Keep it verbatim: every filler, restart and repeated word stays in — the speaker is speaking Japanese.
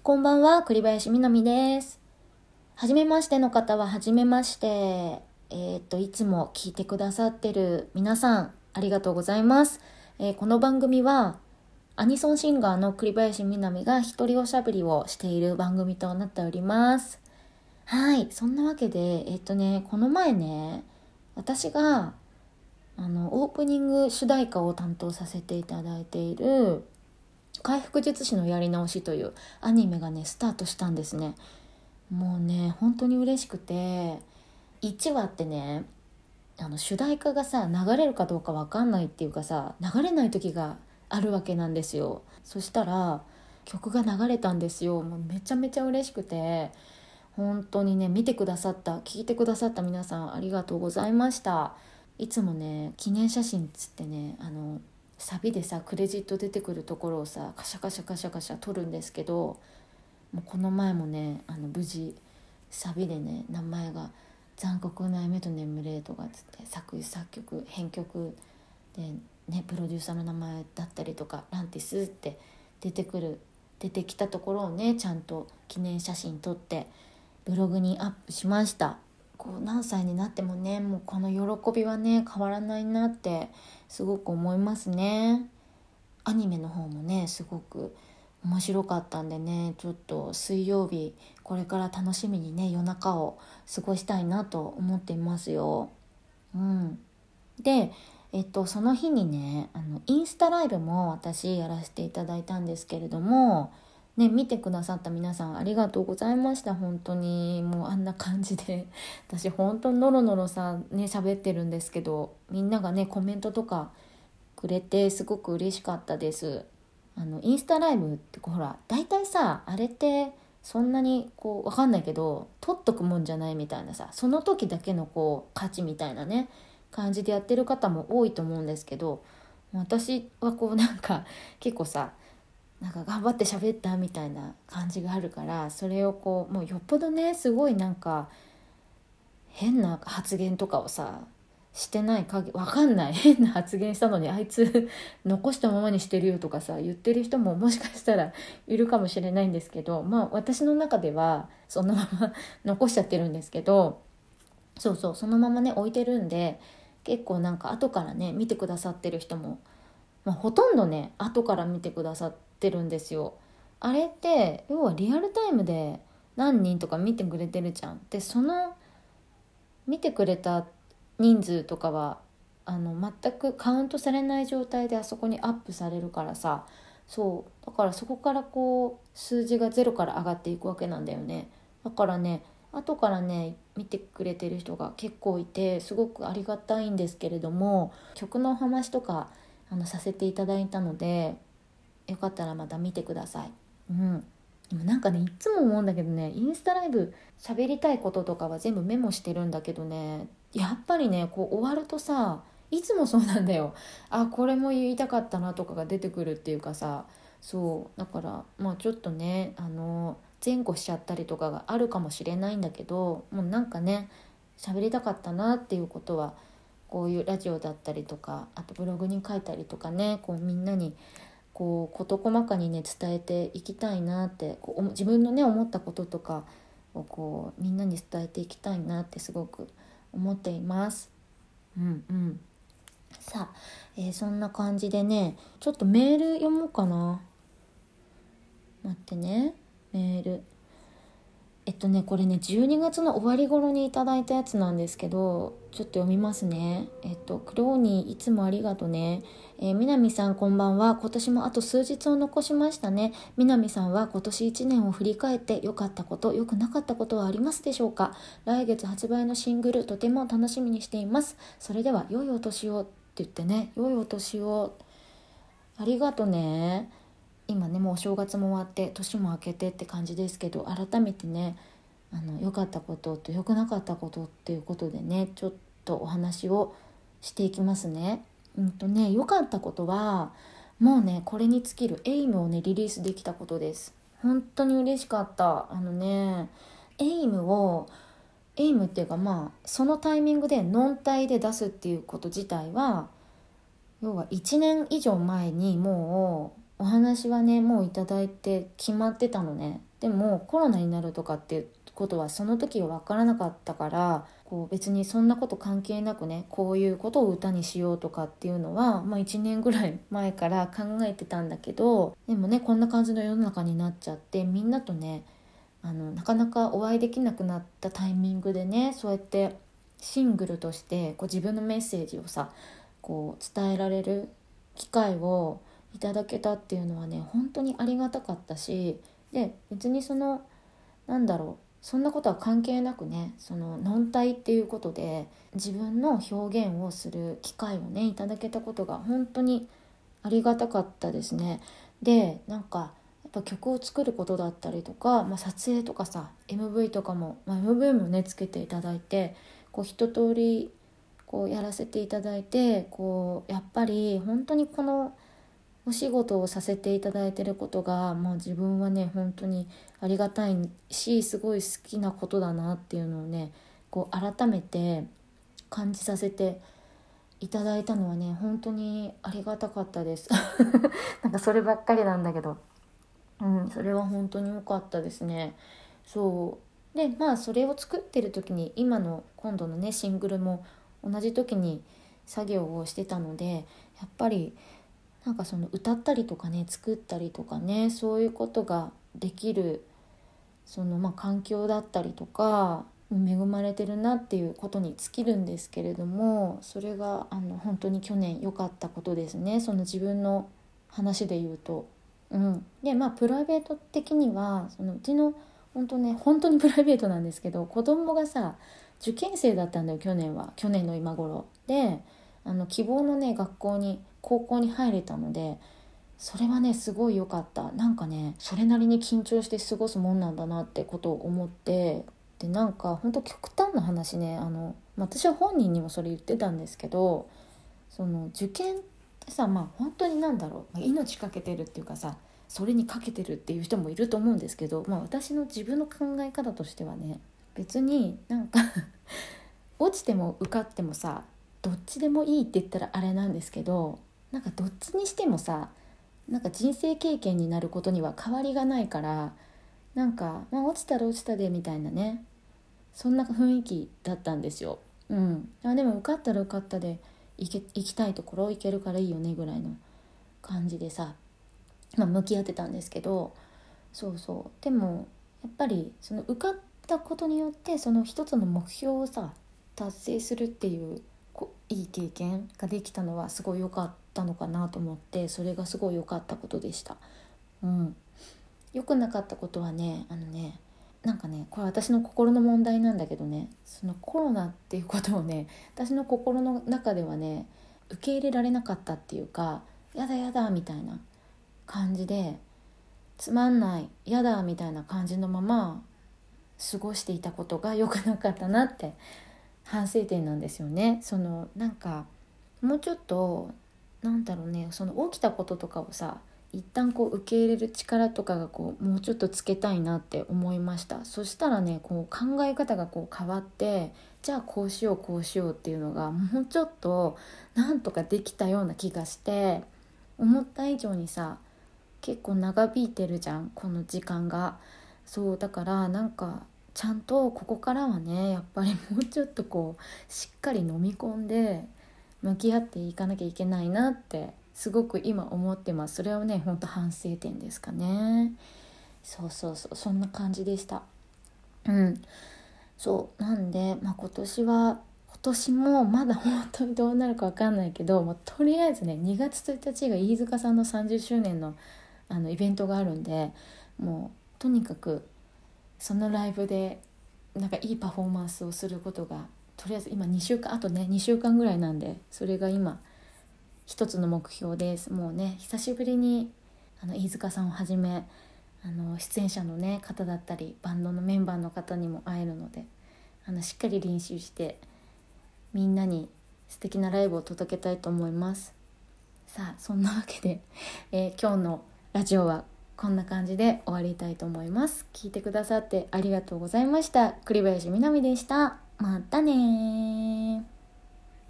こんばんは、栗林みなみです。はじめましての方ははじめまして。えー、っと、いつも聞いてくださってる皆さん、ありがとうございます。えー、この番組は、アニソンシンガーの栗林みなみが一人おしゃべりをしている番組となっております。はい、そんなわけで、えー、っとね、この前ね、私が、あの、オープニング主題歌を担当させていただいている、回復術師のやり直しというアニメがねスタートしたんですね。もうね本当に嬉しくて、いちわってね、あの主題歌がさ流れるかどうか分かんないっていうかさ、流れない時があるわけなんですよ。そしたら曲が流れたんですよ。もうめちゃめちゃ嬉しくて、本当にね見てくださった聞いてくださった皆さんありがとうございました。いつもね記念写真つってね、あのサビでさクレジット出てくるところをさカシャカシャカシャカシャ撮るんですけど、もうこの前もねあの無事サビでね名前が残酷な夢と眠れとかつって作詞作曲編曲でねプロデューサーの名前だったりとかランティスって出てくる出てきたところをねちゃんと記念写真撮ってブログにアップしました。こう何歳になってもねもうこの喜びはね変わらないなってすごく思いますね。アニメの方もねすごく面白かったんでね、ちょっと水曜日これから楽しみにね夜中を過ごしたいなと思っていますよ。うん。でえっとその日にねあのインスタライブも私やらせていただいたんですけれどもね、見てくださった皆さんありがとうございました。本当にもうあんな感じで私本当ノロノロさね喋ってるんですけど、みんながねコメントとかくれてすごく嬉しかったです。あのインスタライブってほら大体さあれってそんなにこう分かんないけど撮っとくもんじゃないみたいなさ、その時だけのこう価値みたいなね感じでやってる方も多いと思うんですけど、私はこうなんか結構さなんか頑張って喋ったみたいな感じがあるから、それをこうもうよっぽどねすごいなんか変な発言とかをさしてない限りわかんない、変な発言したのにあいつ残したままにしてるよとかさ言ってる人ももしかしたらいるかもしれないんですけど、まあ私の中ではそのまま残しちゃってるんですけど、そうそうそのままね置いてるんで、結構なんか後からね見てくださってる人も、まあ、ほとんどね後から見てくださってるんですよ。あれって要はリアルタイムで何人とか見てくれてるじゃん。でその見てくれた人数とかはあの全くカウントされない状態であそこにアップされるからさ、そうだからそこからこう数字がゼロから上がっていくわけなんだよね。だからね後からね見てくれてる人が結構いてすごくありがたいんですけれども、曲のお話とかあのさせていただいたのでよかったらまた見てください。うん。でもなんかねいつも思うんだけどね、インスタライブ喋りたいこととかは全部メモしてるんだけどね、やっぱりねこう終わるとさいつもそうなんだよ。あこれも言いたかったなとかが出てくるっていうかさ、そうだからまあちょっとねあの前後しちゃったりとかがあるかもしれないんだけど、もうなんかね喋りたかったなっていうことはこういうラジオだったりとかあとブログに書いたりとかね、こうみんなにこう事細かにね伝えていきたいなって、こう自分のね思ったこととかをこうみんなに伝えていきたいなってすごく思っています。うんうん。さあ、えーそんな感じでねちょっとメール読もうかな。待ってね、メールえっとねこれねじゅうにがつの終わり頃にいただいたやつなんですけど、ちょっと読みますね。えっとクローニーいつもありがとね。えー、みなみさんこんばんは。今年もあと数日を残しましたね。みなみさんは今年いちねんを振り返って良かったこと良くなかったことはありますでしょうか。来月発売のシングルとても楽しみにしています。それでは良いお年をって言ってね、良いお年をありがとね。今ねもうお正月も終わって年も明けてって感じですけど、改めてねあの良かったことと良くなかったことっていうことでねちょっとお話をしていきますね。うんとね良かったことはもうねこれに尽きるエイムをねリリースできたことです。本当に嬉しかった。あのねエイムをエイムっていうかまあそのタイミングでノンタイで出すっていうこと自体は要はいちねん以上前にもお話はねもういただいて決まってたのね。でもコロナになるとかっていうことはその時は分からなかったから、こう別にそんなこと関係なくね、こういうことを歌にしようとかっていうのは、まあ、いちねんぐらい前から考えてたんだけど、でもねこんな感じの世の中になっちゃって、みんなとねあのなかなかお会いできなくなったタイミングでね、そうやってシングルとしてこう自分のメッセージをさこう伝えられる機会をいただけたっていうのはね本当にありがたかったし、で別にそのなんだろうそんなことは関係なくね、そのノンタイっていうことで自分の表現をする機会をねいただけたことが本当にありがたかったですね。でなんかやっぱ曲を作ることだったりとか、まあ、撮影とかさ エムブイ とかも、まあ、エムブイ もねつけていただいてこう一通りこうやらせていただいて、こうやっぱり本当にこのお仕事をさせていただいていることが、まあ、自分はね本当にありがたいしすごい好きなことだなっていうのをねこう改めて感じさせていただいたのはね本当にありがたかったですなんかそればっかりなんだけど、うん、それは本当に良かったですね。そうでまあそれを作ってる時に今の今度のねシングルも同じ時に作業をしてたので、やっぱりなんかその歌ったりとかね作ったりとかねそういうことができるそのまあ環境だったりとか恵まれてるなっていうことに尽きるんですけれども、それがあの本当に去年良かったことですね。その自分の話で言うと、うん、でまあプライベート的にはそのうちの本当ね本当にプライベートなんですけど、子供がさ受験生だったんだよ去年は。去年の今頃であの希望のね学校に高校に入れたので、それはねすごい良かった。なんかねそれなりに緊張して過ごすもんなんだなってことを思って、でなんか本当極端な話ね、あの私は本人にもそれ言ってたんですけど、その受験ってさまあ本当になんだろう命かけてるっていうかさ、それにかけてるっていう人もいると思うんですけど、まあ私の自分の考え方としてはね、別になんか落ちても受かってもさどっちでもいいって言ったらあれなんですけど、なんかどっちにしてもさなんか人生経験になることには変わりがないから、なんか、まあ、落ちたら落ちたでみたいなね、そんな雰囲気だったんですよ。うん、あでも受かったら受かったで行け行きたいところ行けるからいいよねぐらいの感じでさ、まあ、向き合ってたんですけど、そうそうでもやっぱりその受かったことによってその一つの目標をさ達成するっていうこういい経験ができたのはすごい良かったのかなと思って、それがすごい良かったことでした。うん、良くなかったことはねあのねなんかねこれ私の心の問題なんだけどね、そのコロナっていうことをね私の心の中ではね受け入れられなかったっていうか、やだやだみたいな感じでつまんないやだみたいな感じのまま過ごしていたことが良くなかったなって反省点なんですよね。そのなんかもうちょっとなんだろうね、その起きたこととかをさ一旦こう受け入れる力とかがこうもうちょっとつけたいなって思いました。そしたらねこう考え方がこう変わって、じゃあこうしようこうしようっていうのがもうちょっとなんとかできたような気がして、思った以上にさ結構長引いてるじゃんこの時間が。そうだからなんかちゃんとここからはねやっぱりもうちょっとこうしっかり飲み込んで向き合っていかなきゃいけないなってすごく今思ってます。それはねほんと反省点ですかね。そうそうそうそんな感じでした。うんそうなんで、まあ、今年は今年もまだ本当にどうなるか分かんないけど、もうとりあえずねにがつついたちが飯塚さんのさんじゅっしゅうねんのあのイベントがあるんで、もうとにかくそのライブでなんかいいパフォーマンスをすることがとりあえず今にしゅうかんあとねにしゅうかんぐらいなんで、それが今一つの目標です。もうね久しぶりにあの飯塚さんをはじめあの出演者の、ね、方だったりバンドのメンバーの方にも会えるので、あのしっかり練習してみんなに素敵なライブを届けたいと思います。さあそんなわけで、えー、今日のラジオはこんな感じで終わりたいと思います。聞いてくださってありがとうございました。栗林みなみでした。またね。